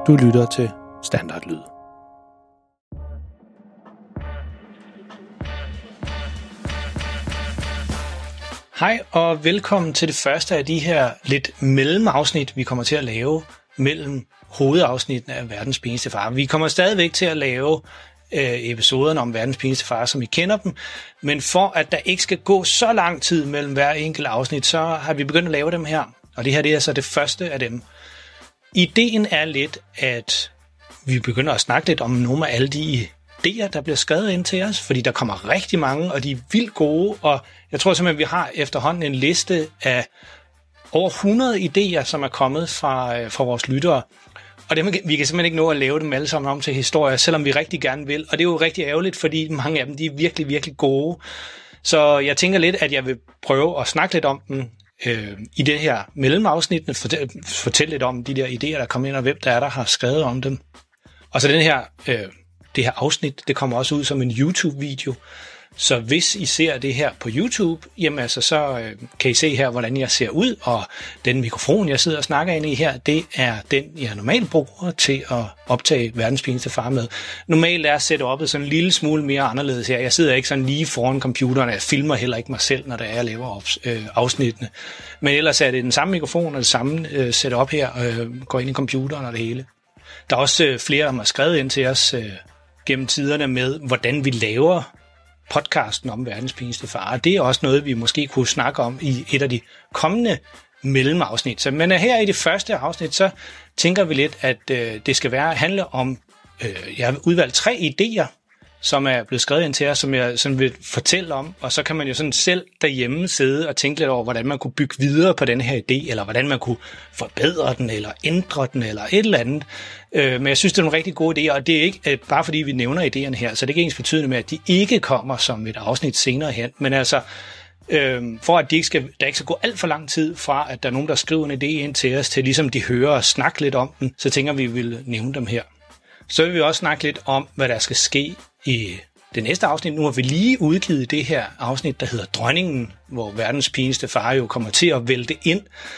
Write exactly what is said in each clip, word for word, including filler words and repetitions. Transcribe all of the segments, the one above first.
Du lytter til Standardlyd. Hej og velkommen til det første af de her lidt mellemafsnit, vi kommer til at lave mellem hovedafsnittene af Verdens Pinligste Far. Vi kommer stadigvæk til at lave øh, episoderne om Verdens Pinligste Far, som I kender dem, men for at der ikke skal gå så lang tid mellem hver enkelt afsnit, så har vi begyndt at lave dem her, og det her det er så det første af dem. Ideen er lidt, at vi begynder at snakke lidt om nogle af alle de idéer, der bliver skrevet ind til os, fordi der kommer rigtig mange, og de er vildt gode, og jeg tror simpelthen, vi har efterhånden en liste af over hundrede idéer, som er kommet fra, fra vores lyttere. Og det, vi kan simpelthen ikke nå at lave dem alle sammen om til historier, selvom vi rigtig gerne vil. Og det er jo rigtig ærgerligt, fordi mange af dem de er virkelig, virkelig gode. Så jeg tænker lidt, at jeg vil prøve at snakke lidt om dem øh, i det her mellemafsnit. Fortælle, fortælle lidt om de der idéer, der kommer ind, og hvem der er, der har skrevet om dem. Og så den her, øh, det her afsnit, det kommer også ud som en YouTube-video. Så hvis I ser det her på YouTube, jamen altså, så øh, kan I se her, hvordan jeg ser ud, og den mikrofon, jeg sidder og snakker ind i her, det er den, jeg normalt bruger til at optage Verdens Pinligste Far med. Normalt er setupet sådan en lille smule mere anderledes her. Jeg sidder ikke sådan lige foran computeren, og jeg filmer heller ikke mig selv, når det er, jeg laver op, øh, afsnittene. Men ellers er det den samme mikrofon og det samme øh, setup her, øh, går ind i computeren og det hele. Der er også øh, flere, der har skrevet ind til os øh, gennem tiderne med, hvordan vi laver podcasten om Verdens Pinligste Far. Det er også noget, vi måske kunne snakke om i et af de kommende mellemafsnit. Så, men her i det første afsnit, så tænker vi lidt, at øh, det skal være handle om, øh, jeg har udvalgt tre idéer, som er blevet skrevet ind til os, som jeg sådan vil fortælle om, og så kan man jo sådan selv derhjemme sidde og tænke lidt over, hvordan man kunne bygge videre på den her idé, eller hvordan man kunne forbedre den, eller ændre den, eller et eller andet. Øh, men jeg synes, det er nogle rigtig gode idéer, og det er ikke øh, bare fordi, vi nævner idéerne her, så det er ikke ens betydende med, at de ikke kommer som et afsnit senere hen, men altså, øh, for at de ikke skal, der ikke skal gå alt for lang tid fra, at der er nogen, der skriver en idé ind til os, til ligesom de hører og snakke lidt om den, så tænker vi, at vi vil nævne dem her. Så vil vi også snakke lidt om, hvad der skal ske i det næste afsnit. Nu har vi lige udgivet det her afsnit, der hedder Dronningen, hvor Verdens Pinligste Far jo kommer til at vælte ind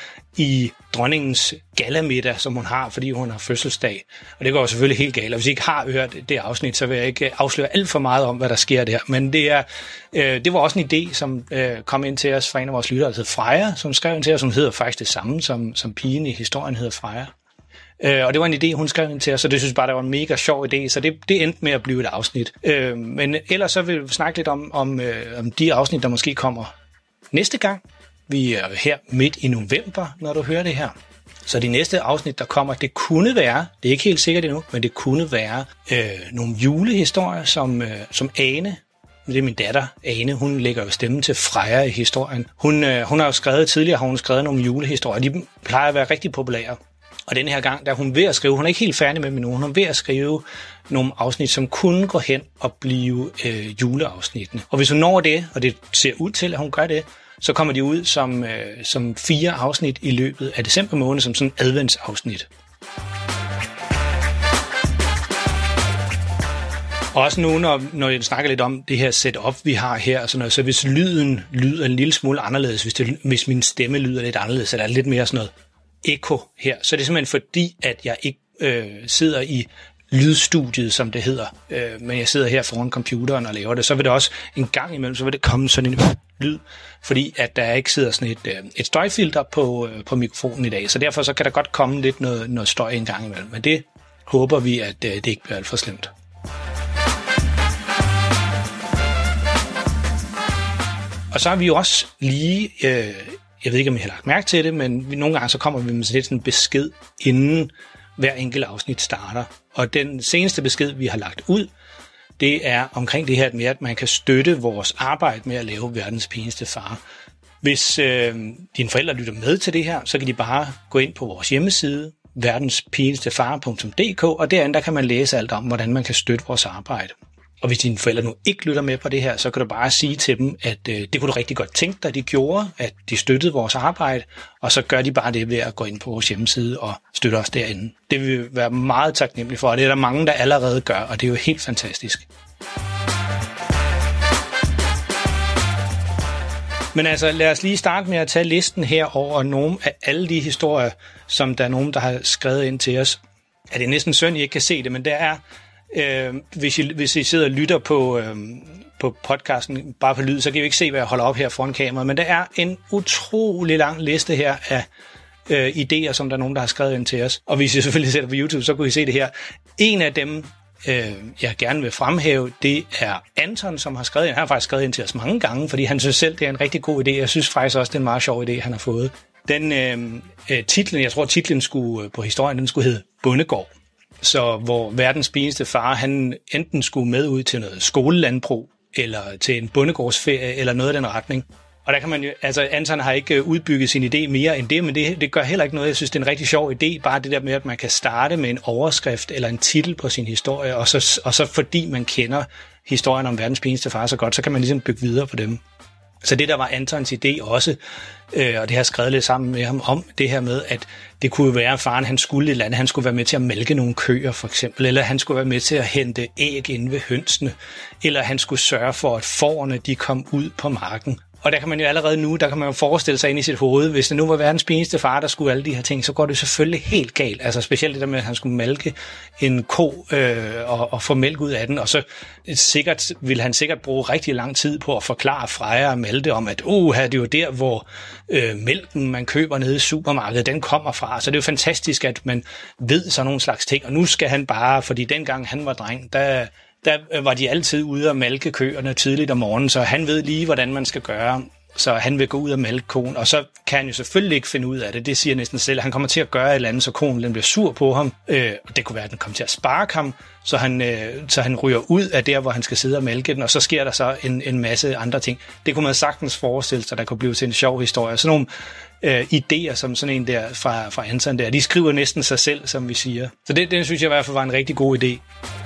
i dronningens gallamiddag, som hun har, fordi hun har fødselsdag. Og det går jo selvfølgelig helt galt. Og hvis I ikke har hørt det afsnit, så vil jeg ikke afsløre alt for meget om, hvad der sker der. Men det, er, øh, det var også en idé, som øh, kom ind til os fra en af vores lyttere, der hedder Freja, som skrev ind til os, som hedder faktisk det samme, som, som pigen i historien hedder Freja. Øh, og det var en idé, hun skrev ind til os, så det synes bare, det var en mega sjov idé, så det, det endte med at blive et afsnit. Øh, men ellers så vil vi snakke lidt om, om, øh, om de afsnit, der måske kommer næste gang. Vi er her midt i november, når du hører det her. Så de næste afsnit, der kommer, det kunne være, det er ikke helt sikkert endnu, men det kunne være øh, nogle julehistorier, som, øh, som Ane, det er min datter, Ane, hun lægger jo stemme til Freja i historien. Hun, øh, hun har jo skrevet tidligere, har hun skrevet nogle julehistorier, de plejer at være rigtig populære. Og denne her gang, der er hun ved at skrive, hun er ikke helt færdig med dem nu, hun er ved at skrive nogle afsnit, som kunne gå hen og blive øh, juleafsnittene. Og hvis hun når det, og det ser ud til, at hun gør det, så kommer de ud som, øh, som fire afsnit i løbet af december måned, som sådan en adventsafsnit. Og også nu, når, når jeg snakker lidt om det her setup, vi har her, sådan noget, så hvis lyden lyder en lille smule anderledes, hvis, det, hvis min stemme lyder lidt anderledes, så der er lidt mere sådan noget ekko her, så det er simpelthen fordi, at jeg ikke øh, sidder i lydstudiet, som det hedder, øh, men jeg sidder her foran computeren og laver det, så vil det også en gang imellem, så vil det komme sådan en lyd, fordi at der ikke sidder sådan et, øh, et støjfilter på, øh, på mikrofonen i dag, så derfor så kan der godt komme lidt noget, noget støj en gang imellem, men det håber vi, at øh, det ikke bliver alt for slemt. Og så har vi jo også lige øh, jeg ved ikke, om I har lagt mærke til det, men vi, nogle gange så kommer vi med lidt sådan en besked, inden hver enkelt afsnit starter. Og den seneste besked, vi har lagt ud, det er omkring det her med, at man kan støtte vores arbejde med at lave Verdens Pinligste Far. Hvis øh, dine forældre lytter med til det her, så kan de bare gå ind på vores hjemmeside, verdenspinligstefar punktum d k, og derinde der kan man læse alt om, hvordan man kan støtte vores arbejde. Og hvis dine forældre nu ikke lytter med på det her, så kan du bare sige til dem, at øh, det kunne du rigtig godt tænke dig, de gjorde, at de støttede vores arbejde, og så gør de bare det ved at gå ind på vores hjemmeside og støtte os derinde. Det vil vi være meget taknemmelige for, og det er der mange, der allerede gør, og det er jo helt fantastisk. Men altså, lad os lige starte med at tage listen her over nogle af alle de historier, som der er nogen, der har skrevet ind til os. at det er næsten synd, I ikke kan se det, men der er, øh, hvis, I, hvis I sidder og lytter på, øh, på podcasten, bare på lyd, så kan I ikke se, hvad jeg holder op her foran kameraet, men der er en utrolig lang liste her af øh, idéer, som der er nogen, der har skrevet ind til os. Og hvis I selvfølgelig sætter på YouTube, så kan I se det her. En af dem, øh, jeg gerne vil fremhæve, det er Anton, som har skrevet ind. Han har faktisk skrevet ind til os mange gange, fordi han synes selv, det er en rigtig god idé. Jeg synes faktisk også, det er en meget sjov idé, han har fået. Den øh, titlen, jeg tror titlen skulle på historien, den skulle hedde Bondegård. Så hvor verdens eneste far, han enten skulle med ud til noget skolelandbrug, eller til en bondegårdsferie, eller noget af den retning. Og der kan man jo, altså Anton har ikke udbygget sin idé mere end det, men det, det gør heller ikke noget. Jeg synes, det er en rigtig sjov idé, bare det der med, at man kan starte med en overskrift eller en titel på sin historie, og så, og så fordi man kender historien om verdens eneste far så godt, så kan man ligesom bygge videre på dem. Så det der var Antons idé også, øh, og det har jeg skrevet lidt sammen med ham om, det her med, at det kunne være, at faren han skulle et eller andet, han skulle være med til at mælke nogle køer for eksempel, eller han skulle være med til at hente æg inde ved hønsene, eller han skulle sørge for, at fårene de kom ud på marken. Og der kan man jo allerede nu, der kan man jo forestille sig ind i sit hoved, hvis det nu var verdens eneste far, der skulle alle de her ting, så går det selvfølgelig helt galt. Altså specielt det der med, at han skulle mælke en ko øh, og, og få mælk ud af den, og så sikkert vil han sikkert bruge rigtig lang tid på at forklare Freja og Malte om, at uh, det er jo der, hvor øh, mælken, man køber nede i supermarkedet, den kommer fra. Så det er jo fantastisk, at man ved sådan nogle slags ting, og nu skal han bare, fordi dengang han var dreng, der... der var de altid ude og malke køerne tidligt om morgenen, så han ved lige, hvordan man skal gøre, så han vil gå ud og malke koen, og så kan han jo selvfølgelig ikke finde ud af det, det siger næsten selv. Han kommer til at gøre et eller andet, så koen den bliver sur på ham, øh, og det kunne være, at den kommer til at sparke ham, så han, øh, så han ryger ud af der, hvor han skal sidde og malke den, og så sker der så en, en masse andre ting. Det kunne man sagtens forestille sig, der kunne blive til en sjov historie. Sådan nogle øh, idéer, som sådan en der fra, fra Anton der, de skriver næsten sig selv, som vi siger. Så det, det synes jeg i hvert fald var en rigtig god idé.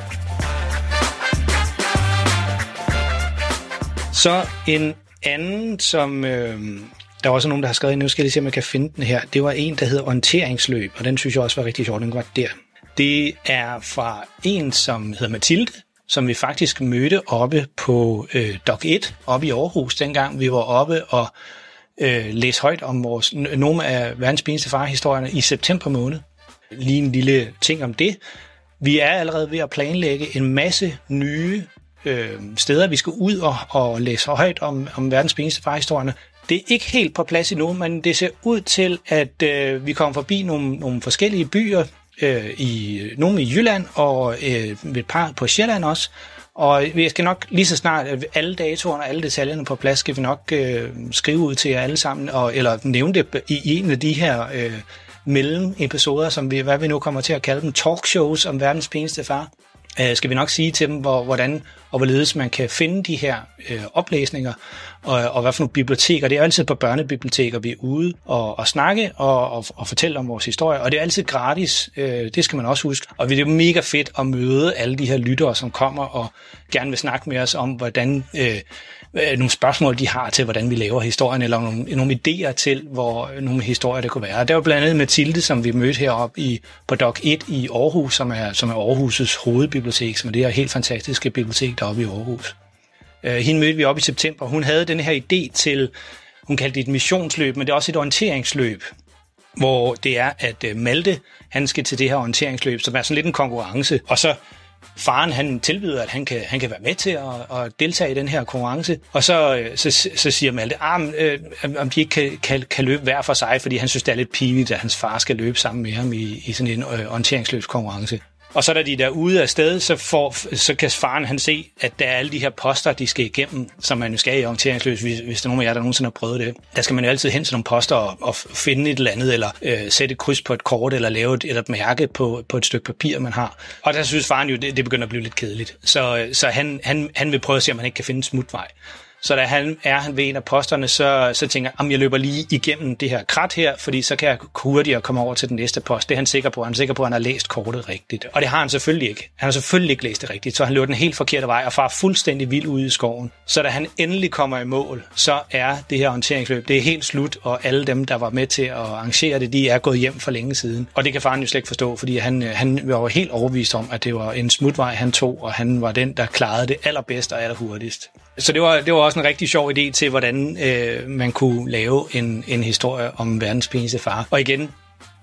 Så en anden, som øh, der var også nogen, der har skrevet ind, nu skal jeg lige se, om jeg kan finde den her. Det var en, der hedder Orienteringsløb, og den synes jeg også var rigtig sjov, den var der. Det er fra en, som hedder Mathilde, som vi faktisk mødte oppe på øh, Doc et, oppe i Aarhus, dengang vi var oppe og øh, læste højt om vores, nogle af verdens eneste far-historierne i september måned. Lige en lille ting om det. Vi er allerede ved at planlægge en masse nye Øh, steder, vi skal ud og, og læse højt om, om verdens eneste far-historierne. Det er ikke helt på plads endnu, men det ser ud til, at øh, vi kommer forbi nogle, nogle forskellige byer, øh, i, nogle i Jylland og øh, et par på Sjælland også. Og vi skal nok lige så snart alle datoerne og alle detaljerne på plads, skal vi nok øh, skrive ud til jer alle sammen, og, eller nævne det i en af de her øh, mellemepisoder, som vi, hvad vi nu kommer til at kalde dem, talkshows om verdens eneste far. Uh, skal vi nok sige til dem, hvor, hvordan og hvorledes man kan finde de her øh, oplæsninger, og, og hvad for nogle biblioteker. Det er altid på børnebiblioteker, vi er ude og, og snakke og, og, og fortælle om vores historie, og det er altid gratis, øh, det skal man også huske. Og det er mega fedt at møde alle de her lyttere, som kommer og gerne vil snakke med os om, hvordan øh, nogle spørgsmål, de har til, hvordan vi laver historien, eller nogle, nogle idéer til, hvor nogle historier det kunne være. Der var blandt andet Mathilde, som vi mødte heroppe i, på Doc et i Aarhus, som er, som er Aarhus' hovedbibliotek, som er det her helt fantastiske bibliotek deroppe i Aarhus. Uh, hende mødte vi op i september. Hun havde den her idé til, hun kaldte det et missionsløb, men det er også et orienteringsløb, hvor det er, at uh, Malte, han skal til det her orienteringsløb, som er sådan lidt en konkurrence, og så faren, han tilbyder, at han kan, han kan være med til at, at deltage i den her konkurrence, og så, så, så siger Malte, ah, øh, om de ikke kan, kan, kan løbe hver for sig, fordi han synes, det er lidt pinligt, at hans far skal løbe sammen med ham i, i sådan en øh, orienteringsløbskonkurrence. Og så da de der ude af sted, så, får, så kan faren han se, at der er alle de her poster, de skal igennem, som man jo skal i orienteringsløb, hvis, hvis der er nogen af jer, der nogensinde har prøvet det. Der skal man jo altid hen til nogle poster og, og finde et eller andet, eller øh, sætte et kryds på et kort, eller lave et, eller et mærke på, på et stykke papir, man har. Og der synes faren jo, det, det begynder at blive lidt kedeligt. Så, så han, han, han vil prøve at se, om han ikke kan finde en smutvej. Så da han er han ved en af posterne, så, så tænker jeg, jeg løber lige igennem det her krat her, fordi så kan jeg hurtigere komme over til den næste post. Det er han sikker på. Han er sikker på, at han har læst kortet rigtigt. Og det har han selvfølgelig ikke. Han har selvfølgelig ikke læst det rigtigt, så han løber den helt forkerte vej og farer fuldstændig vild ude i skoven. Så da han endelig kommer i mål, så er det her orienteringsløb, det er helt slut, og alle dem, der var med til at arrangere det, de er gået hjem for længe siden. Og det kan faren jo slet ikke forstå, fordi han, han var helt overbevist om, at det var en smutvej, han tog, og han var den, der klarede det allerbedst og allerhurtigst. Så det var, det var også en rigtig sjov idé til, hvordan øh, man kunne lave en, en historie om verdens eneste far. Og igen,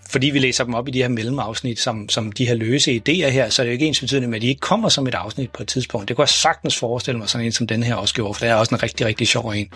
fordi vi læser dem op i de her mellemafsnit, som, som de her løse idéer her, så er det jo ikke ens betydende med, at de ikke kommer som et afsnit på et tidspunkt. Det kunne jeg sagtens forestille mig, sådan en som den her også gjorde, for det er også en rigtig, rigtig sjov en.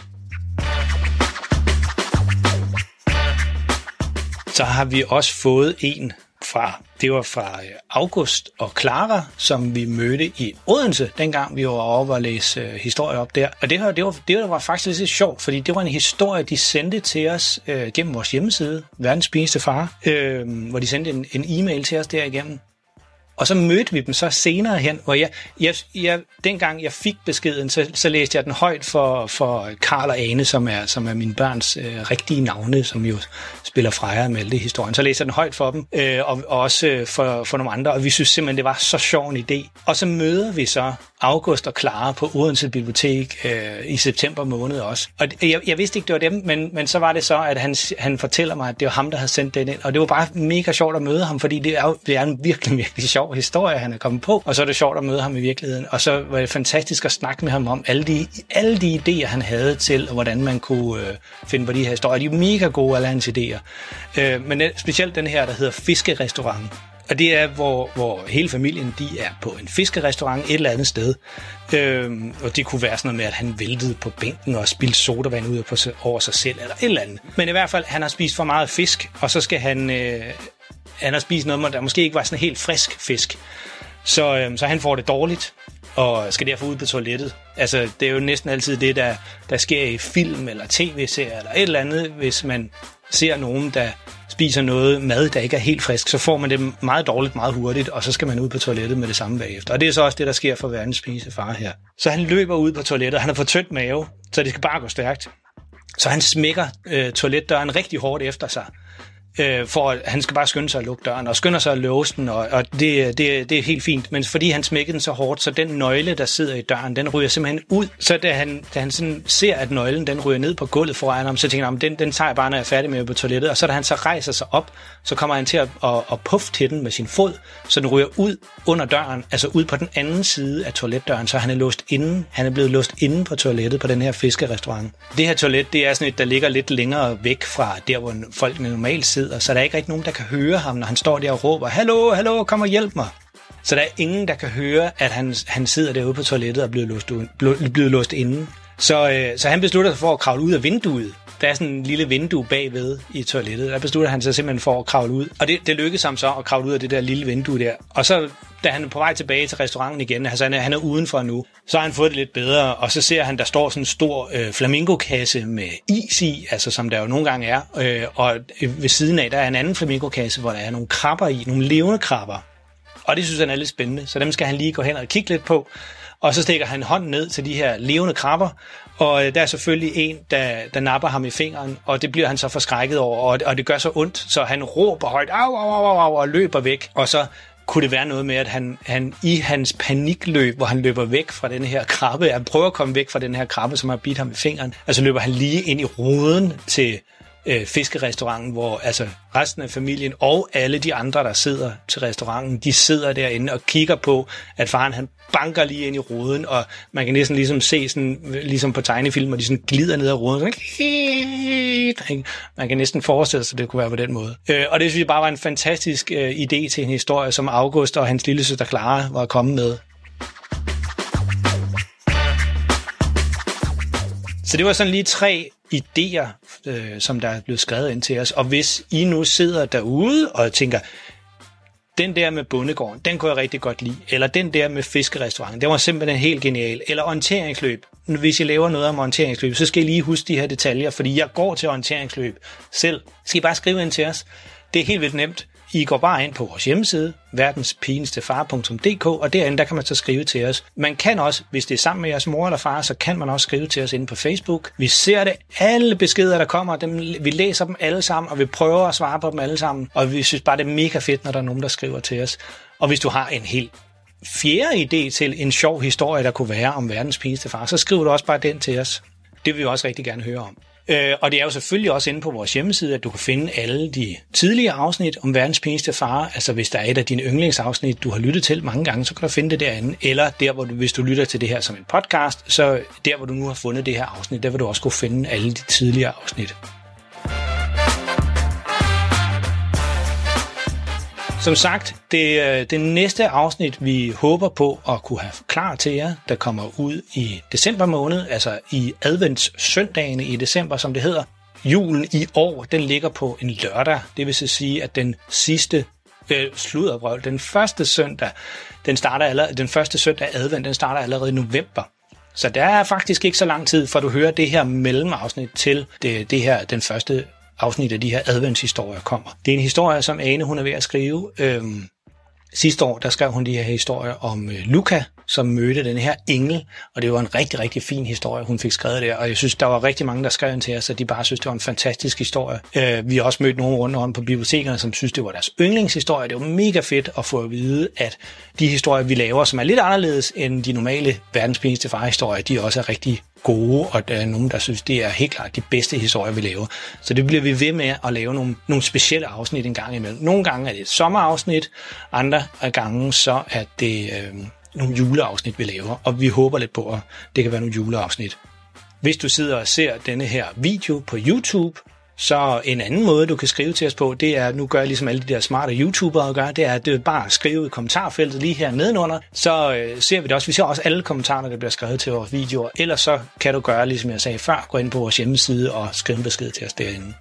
Så har vi også fået en fra, det var fra August og Clara, som vi mødte i Odense, dengang vi var oppe og læse uh, historie op der. Og det, her, det, var, det var faktisk lidt sjovt, fordi det var en historie, de sendte til os uh, gennem vores hjemmeside, Verdens Pinligste Far, uh, hvor de sendte en, en e-mail til os derigennem. Og så mødte vi dem så senere hen, hvor jeg, jeg, jeg dengang jeg fik beskeden, så, så læste jeg den højt for, for Karl og Ane, som er, som er mine børns øh, rigtige navne, som jo spiller Freja med alle de historien. Så læste jeg den højt for dem, øh, og, og også øh, for, for nogle andre, og vi synes simpelthen, det var så sjov en idé. Og så møder vi så August og Clara på Odense Bibliotek øh, i september måned også. Og jeg, jeg vidste ikke, det var dem, men, men så var det så, at han, han fortæller mig, at det var ham, der havde sendt den ind. Og det var bare mega sjovt at møde ham, fordi det er, det er en virkelig, virkelig sjov historie, han er kommet på. Og så er det sjovt at møde ham i virkeligheden. Og så var det fantastisk at snakke med ham om alle de, alle de idéer, han havde til, og hvordan man kunne øh, finde på de her historier. De er mega gode, alle hans idéer. Øh, men specielt den her, der hedder Fiskerestaurant. Og det er, hvor, hvor hele familien, de er på en fiskerestaurant et eller andet sted. Øhm, og det kunne være sådan noget med, at han væltede på bænken og spildte sodavand ud på, over sig selv, eller et eller andet. Men i hvert fald, han har spist for meget fisk, og så skal han, øh, han har spist noget, der måske ikke var sådan helt frisk fisk. Så, øh, så han får det dårligt, og skal derfor ud på toilettet. Altså, det er jo næsten altid det, der, der sker i film eller tv-serier, eller et eller andet, hvis man ser nogen, der spiser noget mad, der ikke er helt frisk, så får man det meget dårligt, meget hurtigt, og så skal man ud på toilettet med det samme bagefter. Og det er så også det, der sker for Verdens Pinligste Far her. Så han løber ud på toilettet, han har fået tynd mave, så det skal bare gå stærkt. Så han smækker øh, toiletdøren rigtig hårdt efter sig, øh, for at han skal bare skynde sig at lukke døren, og skynder sig at låse den, og, og det, det, det er helt fint. Men fordi han smækkede den så hårdt, så den nøgle, der sidder i døren, den ryger simpelthen ud. Så da han, da han sådan ser, at nøglen den ryger ned på gulvet foran ham, så tænker han, den, den tager jeg bare, når jeg er færdig med på toilettet. Og så da han så rejser sig op, så kommer han til at, at, at puffe til den med sin fod, så den ryger ud under døren, altså ud på den anden side af toiletdøren, så han er låst inde. Han er blevet låst inde på toilettet på den her fiskerestaurant. Det her toilet, det er sådan et, der ligger lidt længere væk fra der, hvor folk normalt sidder, så der er ikke rigtig nogen, der kan høre ham, når han står der og råber, hallo, hallo, kom og hjælp mig. Så der er ingen, der kan høre, at han, han sidder derude på toilettet og er blevet låst, blevet låst inde. Så, øh, så han beslutter sig for at kravle ud af vinduet. Der er sådan en lille vindue bagved i toilettet. Der beslutter han sig simpelthen for at kravle ud. Og det, det lykkedes ham så at kravle ud af det der lille vindue der. Og så, da han er på vej tilbage til restauranten igen, altså han er, han er udenfor nu, så har han fået det lidt bedre. Og så ser han, der står sådan en stor øh, flamingokasse med is i, altså som der jo nogle gange er. Øh, og ved siden af, der er en anden flamingokasse, hvor der er nogle krabber i, nogle levende krabber. Og det synes han er lidt spændende, så dem skal han lige gå hen og kigge lidt på. Og så stikker han hånden ned til de her levende krabber, og der er selvfølgelig en, der, der napper ham i fingeren, og det bliver han så forskrækket over, og, og det gør så ondt, så han råber højt, au, au, au, au, og løber væk. Og så kunne det være noget med, at han, han i hans panikløb, hvor han løber væk fra den her krabbe, han prøver at komme væk fra den her krabbe, som har bidt ham i fingeren, altså løber han lige ind i ruden til øh, fiskerestauranten, hvor altså resten af familien og alle de andre, der sidder til restauranten, de sidder derinde og kigger på, at faren han banker lige ind i ruden, og man kan næsten ligesom se sådan, ligesom på tegnefilm, og de sådan glider ned ad ruden. Man kan næsten forestille sig, at det kunne være på den måde. Og det synes jeg bare var en fantastisk idé til en historie, som August og hans lille søster Clara var kommet med. Så det var sådan lige tre idéer, øh, som der er blevet skrevet ind til os. Og hvis I nu sidder derude og tænker, den der med bondegården, den kunne jeg rigtig godt lide. Eller den der med fiskerestauranten, den var simpelthen helt genial. Eller orienteringsløb. Hvis I laver noget om orienteringsløb, så skal I lige huske de her detaljer, fordi jeg går til orienteringsløb selv. Skal I bare skrive ind til os. Det er helt vildt nemt. I går bare ind på vores hjemmeside, verdens pinligste far punktum d k, og derinde der kan man så skrive til os. Man kan også, hvis det er sammen med jeres mor eller far, så kan man også skrive til os inde på Facebook. Vi ser det, alle beskeder, der kommer, dem, vi læser dem alle sammen, og vi prøver at svare på dem alle sammen. Og vi synes bare, det er mega fedt, når der er nogen, der skriver til os. Og hvis du har en helt fjerde idé til en sjov historie, der kunne være om verdens pinligste far, så skriver du også bare den til os. Det vil vi også rigtig gerne høre om. Øh, og det er jo selvfølgelig også inde på vores hjemmeside, at du kan finde alle de tidligere afsnit om verdens pinligste far. Altså hvis der er et af dine yndlingsafsnit, du har lyttet til mange gange, så kan du finde det derinde. Eller der, hvor du, hvis du lytter til det her som en podcast, så der, hvor du nu har fundet det her afsnit, der vil du også kunne finde alle de tidligere afsnit. Som sagt, det, det næste afsnit, vi håber på at kunne have klar til jer, der kommer ud i december måned, altså i adventssøndagene i december, som det hedder. Julen i år, den ligger på en lørdag. Det vil så sige, at den sidste øh, sludderbrøl, den første søndag, den starter allerede, den første søndag advent, den starter allerede i november. Så der er faktisk ikke så lang tid, for du hører det her mellemafsnit til det, det her, den første afsnit af de her adventshistorier kommer. Det er en historie, som Ane hun er ved at skrive. Øhm, sidste år, der skrev hun de her historier om øh, Luka, som mødte den her engel, og det var en rigtig, rigtig fin historie, hun fik skrevet der, og jeg synes, der var rigtig mange, der skrev ind til os, og de bare synes, det var en fantastisk historie. Øh, vi har også mødt nogen rundt om på bibliotekerne, som synes, det var deres yndlingshistorie. Det var mega fedt at få at vide, at de historier, vi laver, som er lidt anderledes end de normale verdens pinligste far-historier, de også er rigtig gode, og der er nogen, der synes, det er helt klart de bedste historier, vi laver. Så det bliver vi ved med at lave nogle, nogle specielle afsnit en gang imellem. Nogle gange er det et sommerafsnit, andre gange så er det øh, nogle juleafsnit, vi laver, og vi håber lidt på, at det kan være nogle juleafsnit. Hvis du sidder og ser denne her video på YouTube, så en anden måde, du kan skrive til os på, det er, nu gør jeg ligesom alle de der smarte YouTubere gør, det er, at det bare skrive i kommentarfeltet lige her nedenunder, så øh, ser vi det også. Vi ser også alle kommentarerne, der bliver skrevet til vores videoer. Ellers så kan du gøre, ligesom jeg sagde før, gå ind på vores hjemmeside og skrive en besked til os derinde.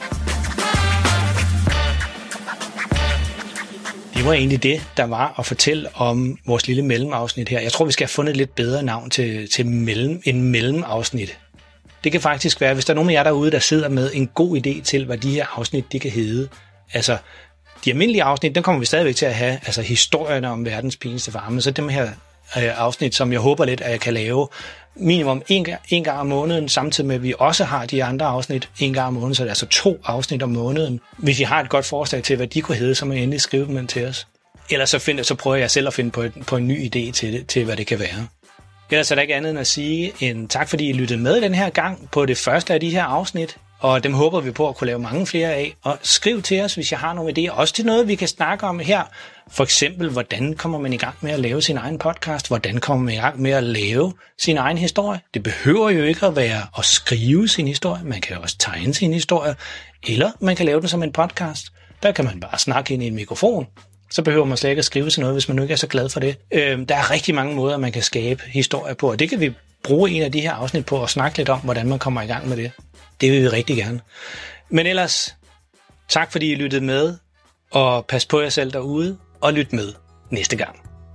Det var egentlig det, der var at fortælle om vores lille mellemafsnit her. Jeg tror, vi skal have fundet et lidt bedre navn til, til mellem, en mellemafsnit. Det kan faktisk være, hvis der er nogen af jer derude, der sidder med en god idé til, hvad de her afsnit de kan hedde. Altså, de almindelige afsnit, den kommer vi stadigvæk til at have, altså historierne om verdens pinligste far, men så dem her øh, afsnit, som jeg håber lidt, at jeg kan lave minimum en, en gang om måneden, samtidig med, at vi også har de andre afsnit en gang om måneden, så det er altså to afsnit om måneden. Hvis I har et godt forslag til, hvad de kunne hedde, så må I endelig skrive dem til os. Ellers så, find, så prøver jeg selv at finde på, et, på en ny idé til, det, til, hvad det kan være. Ellers er der ikke andet end at sige en tak, fordi I lyttede med den her gang på det første af de her afsnit, og dem håber vi på at kunne lave mange flere af. Og skriv til os, hvis jeg har nogle idéer, også til noget, vi kan snakke om her. For eksempel, hvordan kommer man i gang med at lave sin egen podcast? Hvordan kommer man i gang med at lave sin egen historie? Det behøver jo ikke at være at skrive sin historie. Man kan også tegne sin historie, eller man kan lave den som en podcast. Der kan man bare snakke ind i en mikrofon. Så behøver man slet ikke at skrive til noget, hvis man nu ikke er så glad for det. Øh, der er rigtig mange måder, man kan skabe historier på, og det kan vi bruge en af de her afsnit på at snakke lidt om, hvordan man kommer i gang med det. Det vil vi rigtig gerne. Men ellers, tak fordi I lyttede med, og pas på jer selv derude, og lyt med næste gang.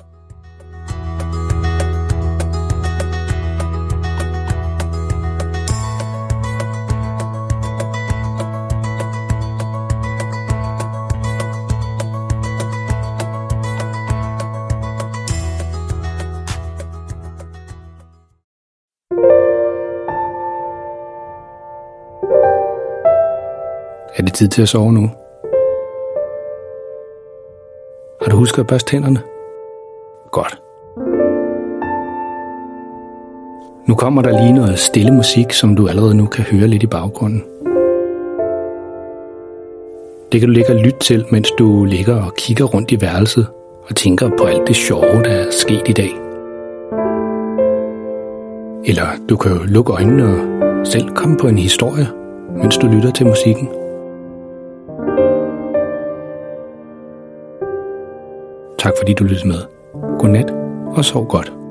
Er det tid til at sove nu? Har du husket at børste tænderne? Godt. Nu kommer der lige noget stille musik, som du allerede nu kan høre lidt i baggrunden. Det kan du ligge og lytte til, mens du ligger og kigger rundt i værelset og tænker på alt det sjove, der er sket i dag. Eller du kan jo lukke øjnene og selv komme på en historie, mens du lytter til musikken. Tak fordi du lyttede med. Godnat og sov godt.